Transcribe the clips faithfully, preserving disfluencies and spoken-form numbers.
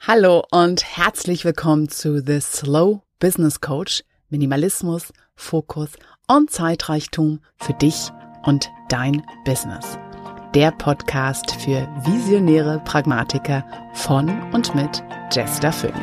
Hallo und herzlich willkommen zu The Slow Business Coach. Minimalismus, Fokus und Zeitreichtum für dich und dein Business. Der Podcast für visionäre Pragmatiker von und mit Jester Phoenix.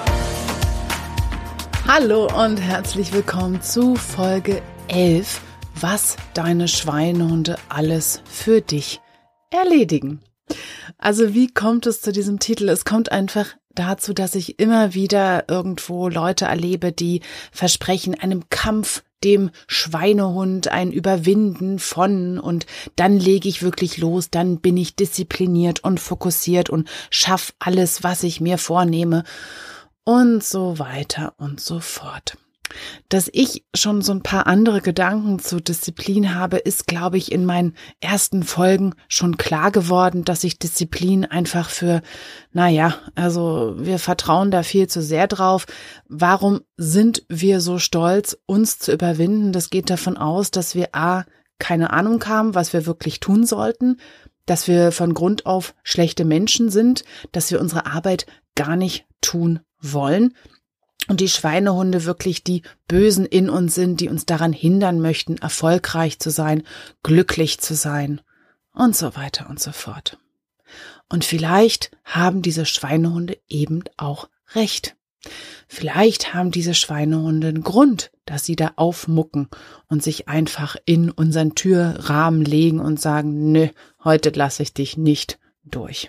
Hallo und herzlich willkommen zu Folge elf, was deine Schweinehunde alles für dich erledigen. Also wie kommt es zu diesem Titel? Es kommt einfach dazu, dass ich immer wieder irgendwo Leute erlebe, die versprechen, einem Kampf dem Schweinehund ein Überwinden von und dann lege ich wirklich los, dann bin ich diszipliniert und fokussiert und schaffe alles, was ich mir vornehme und so weiter und so fort. Dass ich schon so ein paar andere Gedanken zu Disziplin habe, ist, glaube ich, in meinen ersten Folgen schon klar geworden, dass ich Disziplin einfach für, naja, also wir vertrauen da viel zu sehr drauf. Warum sind wir so stolz, uns zu überwinden? Das geht davon aus, dass wir a, keine Ahnung haben, was wir wirklich tun sollten, dass wir von Grund auf schlechte Menschen sind, dass wir unsere Arbeit gar nicht tun wollen. Und die Schweinehunde wirklich die Bösen in uns sind, die uns daran hindern möchten, erfolgreich zu sein, glücklich zu sein und so weiter und so fort. Und vielleicht haben diese Schweinehunde eben auch recht. Vielleicht haben diese Schweinehunde einen Grund, dass sie da aufmucken und sich einfach in unseren Türrahmen legen und sagen, nö, heute lasse ich dich nicht durch.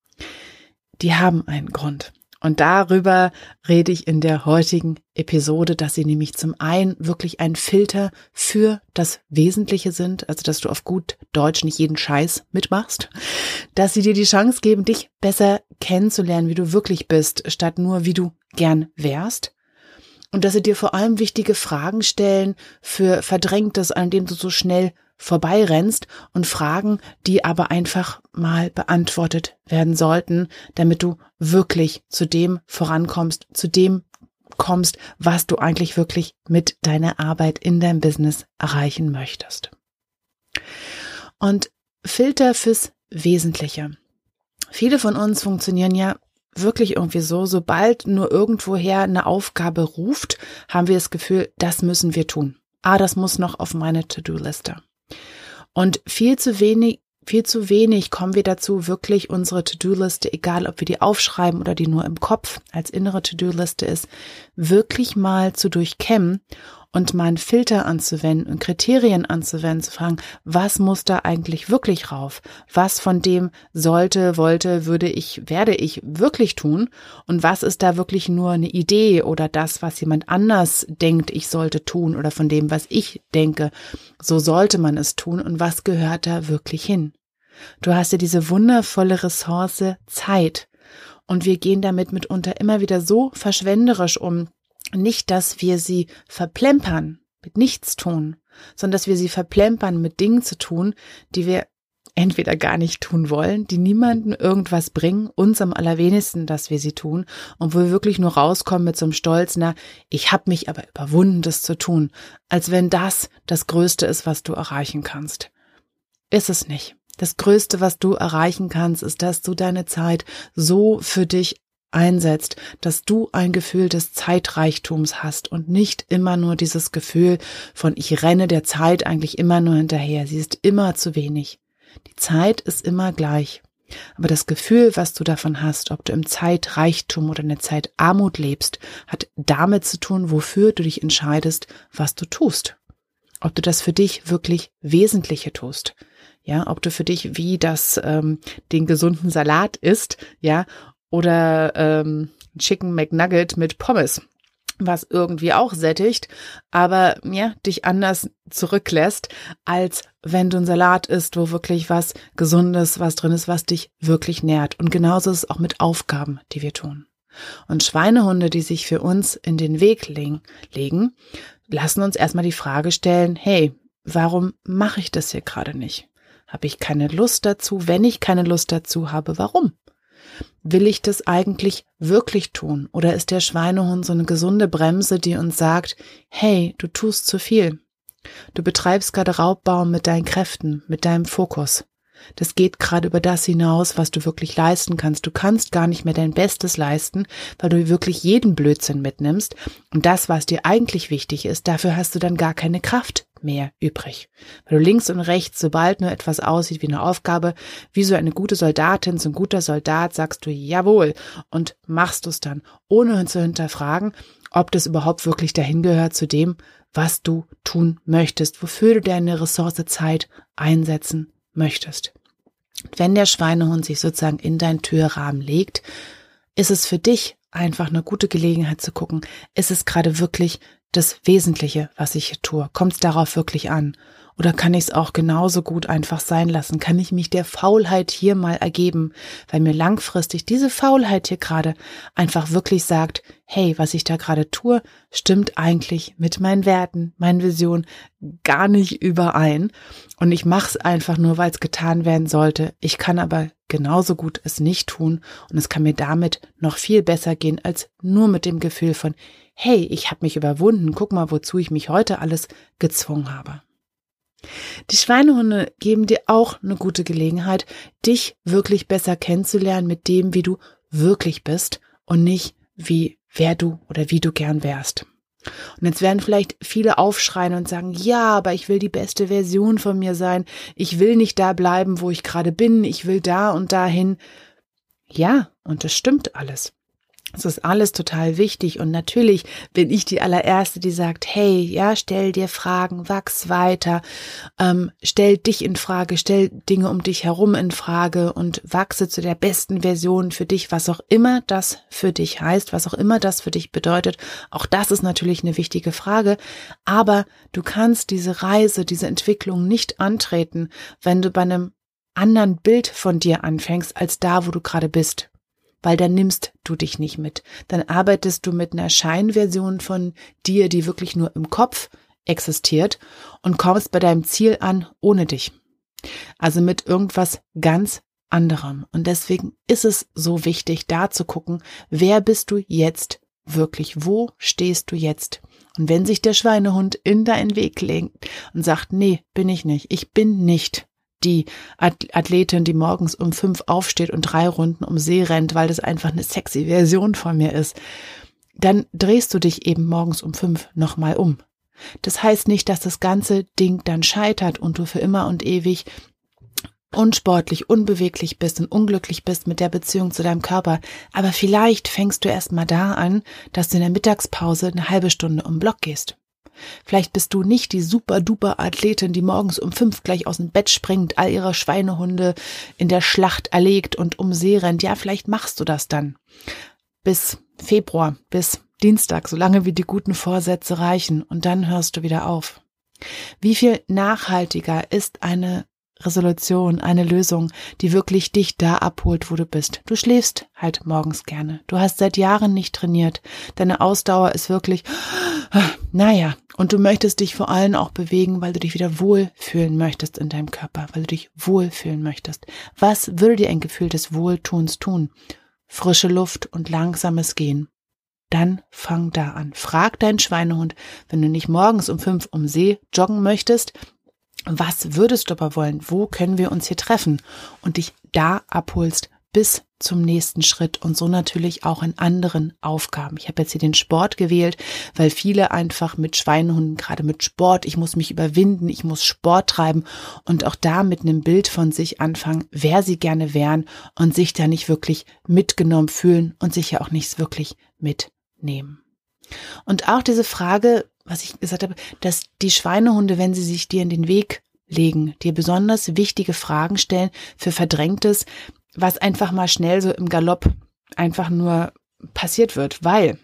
Die haben einen Grund. Und darüber rede ich in der heutigen Episode, dass sie nämlich zum einen wirklich ein Filter für das Wesentliche sind, also dass du auf gut Deutsch nicht jeden Scheiß mitmachst, dass sie dir die Chance geben, dich besser kennenzulernen, wie du wirklich bist, statt nur wie du gern wärst. Und dass sie dir vor allem wichtige Fragen stellen für Verdrängtes, an dem du so schnell vorbeirennst und Fragen, die aber einfach mal beantwortet werden sollten, damit du wirklich zu dem vorankommst, zu dem kommst, was du eigentlich wirklich mit deiner Arbeit in deinem Business erreichen möchtest. Und Filter fürs Wesentliche. Viele von uns funktionieren ja wirklich irgendwie so, sobald nur irgendwoher eine Aufgabe ruft, haben wir das Gefühl, das müssen wir tun. Ah, das muss noch auf meine To-Do-Liste. Und viel zu wenig, viel zu wenig kommen wir dazu, wirklich unsere To-Do-Liste, egal ob wir die aufschreiben oder die nur im Kopf als innere To-Do-Liste ist, wirklich mal zu durchkämmen und mal einen Filter anzuwenden und Kriterien anzuwenden, zu fragen, was muss da eigentlich wirklich rauf? Was von dem sollte, wollte, würde ich, werde ich wirklich tun? Und was ist da wirklich nur eine Idee oder das, was jemand anders denkt, ich sollte tun oder von dem, was ich denke, so sollte man es tun und was gehört da wirklich hin? Du hast ja diese wundervolle Ressource Zeit und wir gehen damit mitunter immer wieder so verschwenderisch um. Nicht, dass wir sie verplempern mit nichts tun, sondern dass wir sie verplempern mit Dingen zu tun, die wir entweder gar nicht tun wollen, die niemandem irgendwas bringen, uns am allerwenigsten, dass wir sie tun und wo wir wirklich nur rauskommen mit so einem Stolz, na, ich habe mich aber überwunden, das zu tun, als wenn das das Größte ist, was du erreichen kannst. Ist es nicht. Das Größte, was du erreichen kannst, ist, dass du deine Zeit so für dich einsetzt, dass du ein Gefühl des Zeitreichtums hast und nicht immer nur dieses Gefühl von ich renne der Zeit eigentlich immer nur hinterher. Sie ist immer zu wenig. Die Zeit ist immer gleich. Aber das Gefühl, was du davon hast, ob du im Zeitreichtum oder in der Zeitarmut lebst, hat damit zu tun, wofür du dich entscheidest, was du tust. Ob du das für dich wirklich Wesentliche tust. Ja, ob du für dich wie das ähm, den gesunden Salat isst, ja, oder ähm, Chicken McNugget mit Pommes, was irgendwie auch sättigt, aber ja, dich anders zurücklässt, als wenn du einen Salat isst, wo wirklich was Gesundes, was drin ist, was dich wirklich nährt. Und genauso ist es auch mit Aufgaben, die wir tun. Und Schweinehunde, die sich für uns in den Weg legen, legen, lassen uns erstmal die Frage stellen, hey, warum mache ich das hier gerade nicht? Habe ich keine Lust dazu? Wenn ich keine Lust dazu habe, warum? Will ich das eigentlich wirklich tun? Oder ist der Schweinehund so eine gesunde Bremse, die uns sagt, hey, du tust zu viel. Du betreibst gerade Raubbau mit deinen Kräften, mit deinem Fokus. Das geht gerade über das hinaus, was du wirklich leisten kannst. Du kannst gar nicht mehr dein Bestes leisten, weil du wirklich jeden Blödsinn mitnimmst. Und das, was dir eigentlich wichtig ist, dafür hast du dann gar keine Kraft mehr übrig. Weil du links und rechts, sobald nur etwas aussieht wie eine Aufgabe, wie so eine gute Soldatin, so ein guter Soldat, sagst du jawohl und machst du es dann, ohne zu hinterfragen, ob das überhaupt wirklich dahin gehört zu dem, was du tun möchtest, wofür du deine Ressource Zeit einsetzen möchtest. Wenn der Schweinehund sich sozusagen in deinen Türrahmen legt, ist es für dich einfach eine gute Gelegenheit zu gucken, ist es gerade wirklich das Wesentliche, was ich hier tue? Kommt es darauf wirklich an? Oder kann ich es auch genauso gut einfach sein lassen? Kann ich mich der Faulheit hier mal ergeben, weil mir langfristig diese Faulheit hier gerade einfach wirklich sagt, hey, was ich da gerade tue, stimmt eigentlich mit meinen Werten, meinen Visionen gar nicht überein. Und ich mache es einfach nur, weil es getan werden sollte. Ich kann aber genauso gut es nicht tun und es kann mir damit noch viel besser gehen, als nur mit dem Gefühl von, hey, ich habe mich überwunden, guck mal, wozu ich mich heute alles gezwungen habe. Die Schweinehunde geben dir auch eine gute Gelegenheit, dich wirklich besser kennenzulernen mit dem, wie du wirklich bist und nicht wie wer du oder wie du gern wärst. Und jetzt werden vielleicht viele aufschreien und sagen, ja, aber ich will die beste Version von mir sein. Ich will nicht da bleiben, wo ich gerade bin. Ich will da und dahin. Ja, und das stimmt alles. Es ist alles total wichtig und natürlich bin ich die allererste, die sagt, hey, ja, stell dir Fragen, wachs weiter, ähm, stell dich in Frage, stell Dinge um dich herum in Frage und wachse zu der besten Version für dich, was auch immer das für dich heißt, was auch immer das für dich bedeutet. Auch das ist natürlich eine wichtige Frage, aber du kannst diese Reise, diese Entwicklung nicht antreten, wenn du bei einem anderen Bild von dir anfängst, als da, wo du gerade bist. Weil dann nimmst du dich nicht mit. Dann arbeitest du mit einer Scheinversion von dir, die wirklich nur im Kopf existiert und kommst bei deinem Ziel an ohne dich. Also mit irgendwas ganz anderem. Und deswegen ist es so wichtig, da zu gucken, wer bist du jetzt wirklich? Wo stehst du jetzt? Und wenn sich der Schweinehund in deinen Weg legt und sagt, nee, bin ich nicht, ich bin nicht die Athletin, die morgens um fünf aufsteht und drei Runden um See rennt, weil das einfach eine sexy Version von mir ist, dann drehst du dich eben morgens um fünf nochmal um. Das heißt nicht, dass das ganze Ding dann scheitert und du für immer und ewig unsportlich, unbeweglich bist und unglücklich bist mit der Beziehung zu deinem Körper. Aber vielleicht fängst du erst mal da an, dass du in der Mittagspause eine halbe Stunde um den Block gehst. Vielleicht bist du nicht die super-duper Athletin, die morgens um fünf gleich aus dem Bett springt, all ihre Schweinehunde in der Schlacht erlegt und um See rennt. Ja, vielleicht machst du das dann bis Februar, bis Dienstag, solange wie die guten Vorsätze reichen. Und dann hörst du wieder auf. Wie viel nachhaltiger ist eine Resolution, eine Lösung, die wirklich dich da abholt, wo du bist. Du schläfst halt morgens gerne. Du hast seit Jahren nicht trainiert. Deine Ausdauer ist wirklich, naja, und du möchtest dich vor allem auch bewegen, weil du dich wieder wohlfühlen möchtest in deinem Körper, weil du dich wohlfühlen möchtest. Was würde dir ein Gefühl des Wohltuns tun? Frische Luft und langsames Gehen. Dann fang da an. Frag deinen Schweinehund, wenn du nicht morgens um fünf um See joggen möchtest, was würdest du aber wollen? Wo können wir uns hier treffen? Und dich da abholst bis zum nächsten Schritt und so natürlich auch in anderen Aufgaben. Ich habe jetzt hier den Sport gewählt, weil viele einfach mit Schweinehunden, gerade mit Sport, ich muss mich überwinden, ich muss Sport treiben und auch da mit einem Bild von sich anfangen, wer sie gerne wären und sich da nicht wirklich mitgenommen fühlen und sich ja auch nichts wirklich mitnehmen. Und auch diese Frage, was ich gesagt habe, dass die Schweinehunde, wenn sie sich dir in den Weg legen, dir besonders wichtige Fragen stellen für Verdrängtes, was einfach mal schnell so im Galopp einfach nur passiert wird, weil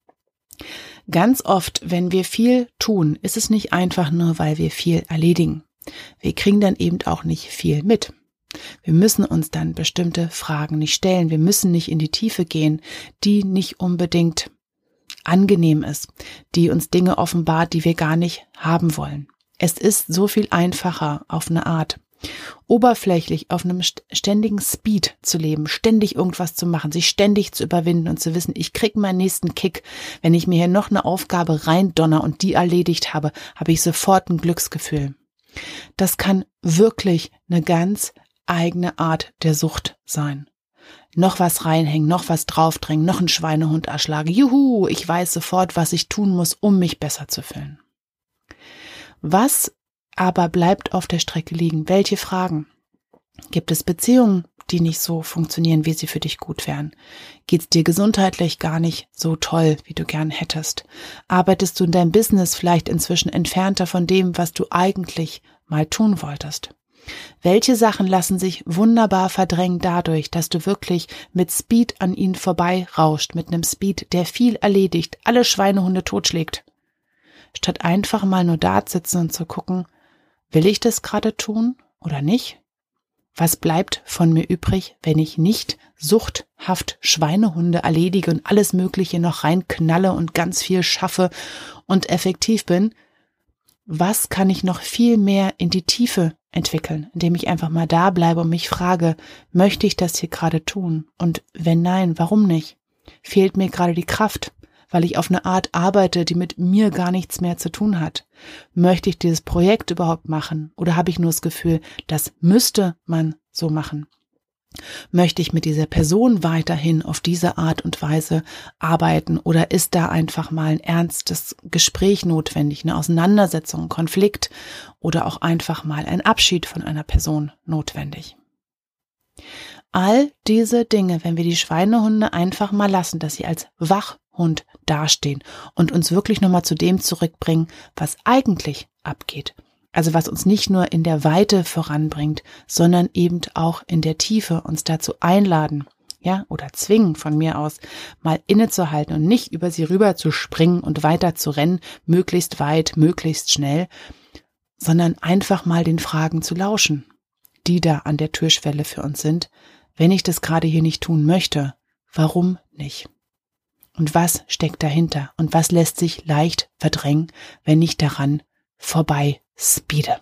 ganz oft, wenn wir viel tun, ist es nicht einfach nur, weil wir viel erledigen. Wir kriegen dann eben auch nicht viel mit. Wir müssen uns dann bestimmte Fragen nicht stellen. Wir müssen nicht in die Tiefe gehen, die nicht unbedingt angenehm ist, die uns Dinge offenbart, die wir gar nicht haben wollen. Es ist so viel einfacher auf eine Art, oberflächlich auf einem ständigen Speed zu leben, ständig irgendwas zu machen, sich ständig zu überwinden und zu wissen, ich krieg meinen nächsten Kick. Wenn ich mir hier noch eine Aufgabe reindonner und die erledigt habe, habe ich sofort ein Glücksgefühl. Das kann wirklich eine ganz eigene Art der Sucht sein. Noch was reinhängen, noch was draufdrängen, noch einen Schweinehund erschlagen. Juhu, ich weiß sofort, was ich tun muss, um mich besser zu fühlen. Was aber bleibt auf der Strecke liegen? Welche Fragen? Gibt es Beziehungen, die nicht so funktionieren, wie sie für dich gut wären? Geht's dir gesundheitlich gar nicht so toll, wie du gern hättest? Arbeitest du in deinem Business vielleicht inzwischen entfernter von dem, was du eigentlich mal tun wolltest? Welche Sachen lassen sich wunderbar verdrängen dadurch, dass du wirklich mit Speed an ihnen vorbei rauscht, mit einem Speed, der viel erledigt, alle Schweinehunde totschlägt? Statt einfach mal nur da sitzen und zu gucken, will ich das gerade tun oder nicht? Was bleibt von mir übrig, wenn ich nicht suchthaft Schweinehunde erledige und alles Mögliche noch reinknalle und ganz viel schaffe und effektiv bin? Was kann ich noch viel mehr in die Tiefe entwickeln, indem ich einfach mal da bleibe und mich frage, möchte ich das hier gerade tun? Und wenn nein, warum nicht? Fehlt mir gerade die Kraft, weil ich auf eine Art arbeite, die mit mir gar nichts mehr zu tun hat? Möchte ich dieses Projekt überhaupt machen? Oder habe ich nur das Gefühl, das müsste man so machen? Möchte ich mit dieser Person weiterhin auf diese Art und Weise arbeiten oder ist da einfach mal ein ernstes Gespräch notwendig, eine Auseinandersetzung, ein Konflikt oder auch einfach mal ein Abschied von einer Person notwendig? All diese Dinge, wenn wir die Schweinehunde einfach mal lassen, dass sie als Wachhund dastehen und uns wirklich nochmal zu dem zurückbringen, was eigentlich abgeht. Also was uns nicht nur in der Weite voranbringt, sondern eben auch in der Tiefe uns dazu einladen, ja, oder zwingen von mir aus, mal innezuhalten und nicht über sie rüber zu springen und weiter zu rennen, möglichst weit, möglichst schnell, sondern einfach mal den Fragen zu lauschen, die da an der Türschwelle für uns sind. Wenn ich das gerade hier nicht tun möchte, warum nicht? Und was steckt dahinter? Und was lässt sich leicht verdrängen, wenn ich daran vorbei speede?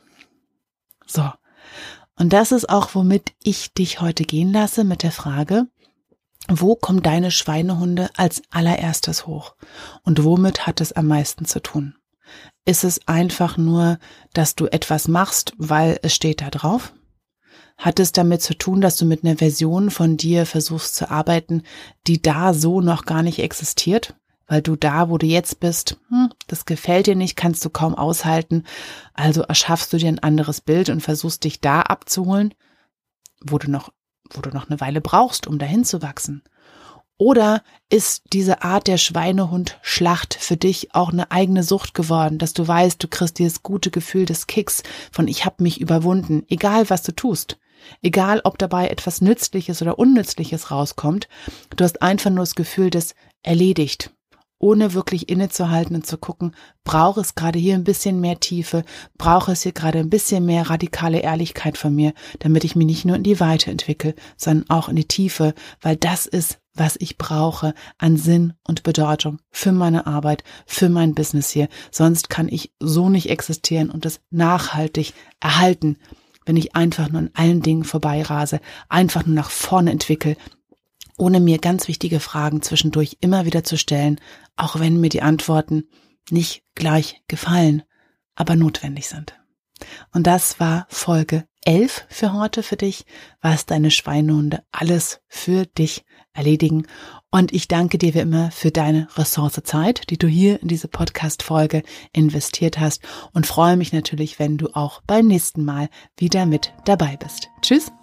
So. Und das ist auch, womit ich dich heute gehen lasse, mit der Frage, wo kommen deine Schweinehunde als allererstes hoch? Und womit hat es am meisten zu tun? Ist es einfach nur, dass du etwas machst, weil es steht da drauf? Hat es damit zu tun, dass du mit einer Version von dir versuchst zu arbeiten, die da so noch gar nicht existiert? Weil du da, wo du jetzt bist, hm, das gefällt dir nicht, kannst du kaum aushalten, also erschaffst du dir ein anderes Bild und versuchst dich da abzuholen, wo du noch, wo du noch eine Weile brauchst, um dahin zu wachsen. Oder ist diese Art der Schweinehund-Schlacht für dich auch eine eigene Sucht geworden, dass du weißt, du kriegst dieses gute Gefühl des Kicks von ich habe mich überwunden, egal was du tust. Egal, ob dabei etwas Nützliches oder Unnützliches rauskommt, du hast einfach nur das Gefühl des erledigt, ohne wirklich innezuhalten und zu gucken, brauche es gerade hier ein bisschen mehr Tiefe, brauche es hier gerade ein bisschen mehr radikale Ehrlichkeit von mir, damit ich mich nicht nur in die Weite entwickle, sondern auch in die Tiefe, weil das ist, was ich brauche an Sinn und Bedeutung für meine Arbeit, für mein Business hier. Sonst kann ich so nicht existieren und es nachhaltig erhalten, wenn ich einfach nur an allen Dingen vorbeirase, einfach nur nach vorne entwickle, ohne mir ganz wichtige Fragen zwischendurch immer wieder zu stellen, auch wenn mir die Antworten nicht gleich gefallen, aber notwendig sind. Und das war Folge elf für heute für dich, was deine Schweinehunde alles für dich erledigen. Und ich danke dir wie immer für deine Ressource Zeit, die du hier in diese Podcast-Folge investiert hast und freue mich natürlich, wenn du auch beim nächsten Mal wieder mit dabei bist. Tschüss!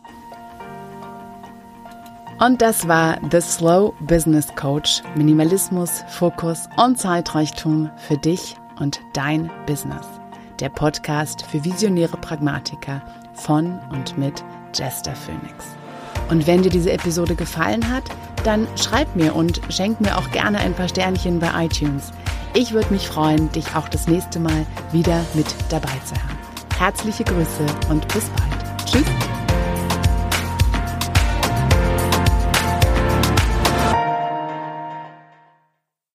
Und das war The Slow Business Coach. Minimalismus, Fokus und Zeitreichtum für dich und dein Business. Der Podcast für visionäre Pragmatiker von und mit Jester Phoenix. Und wenn dir diese Episode gefallen hat, dann schreib mir und schenk mir auch gerne ein paar Sternchen bei iTunes. Ich würde mich freuen, dich auch das nächste Mal wieder mit dabei zu haben. Herzliche Grüße und bis bald. Tschüss!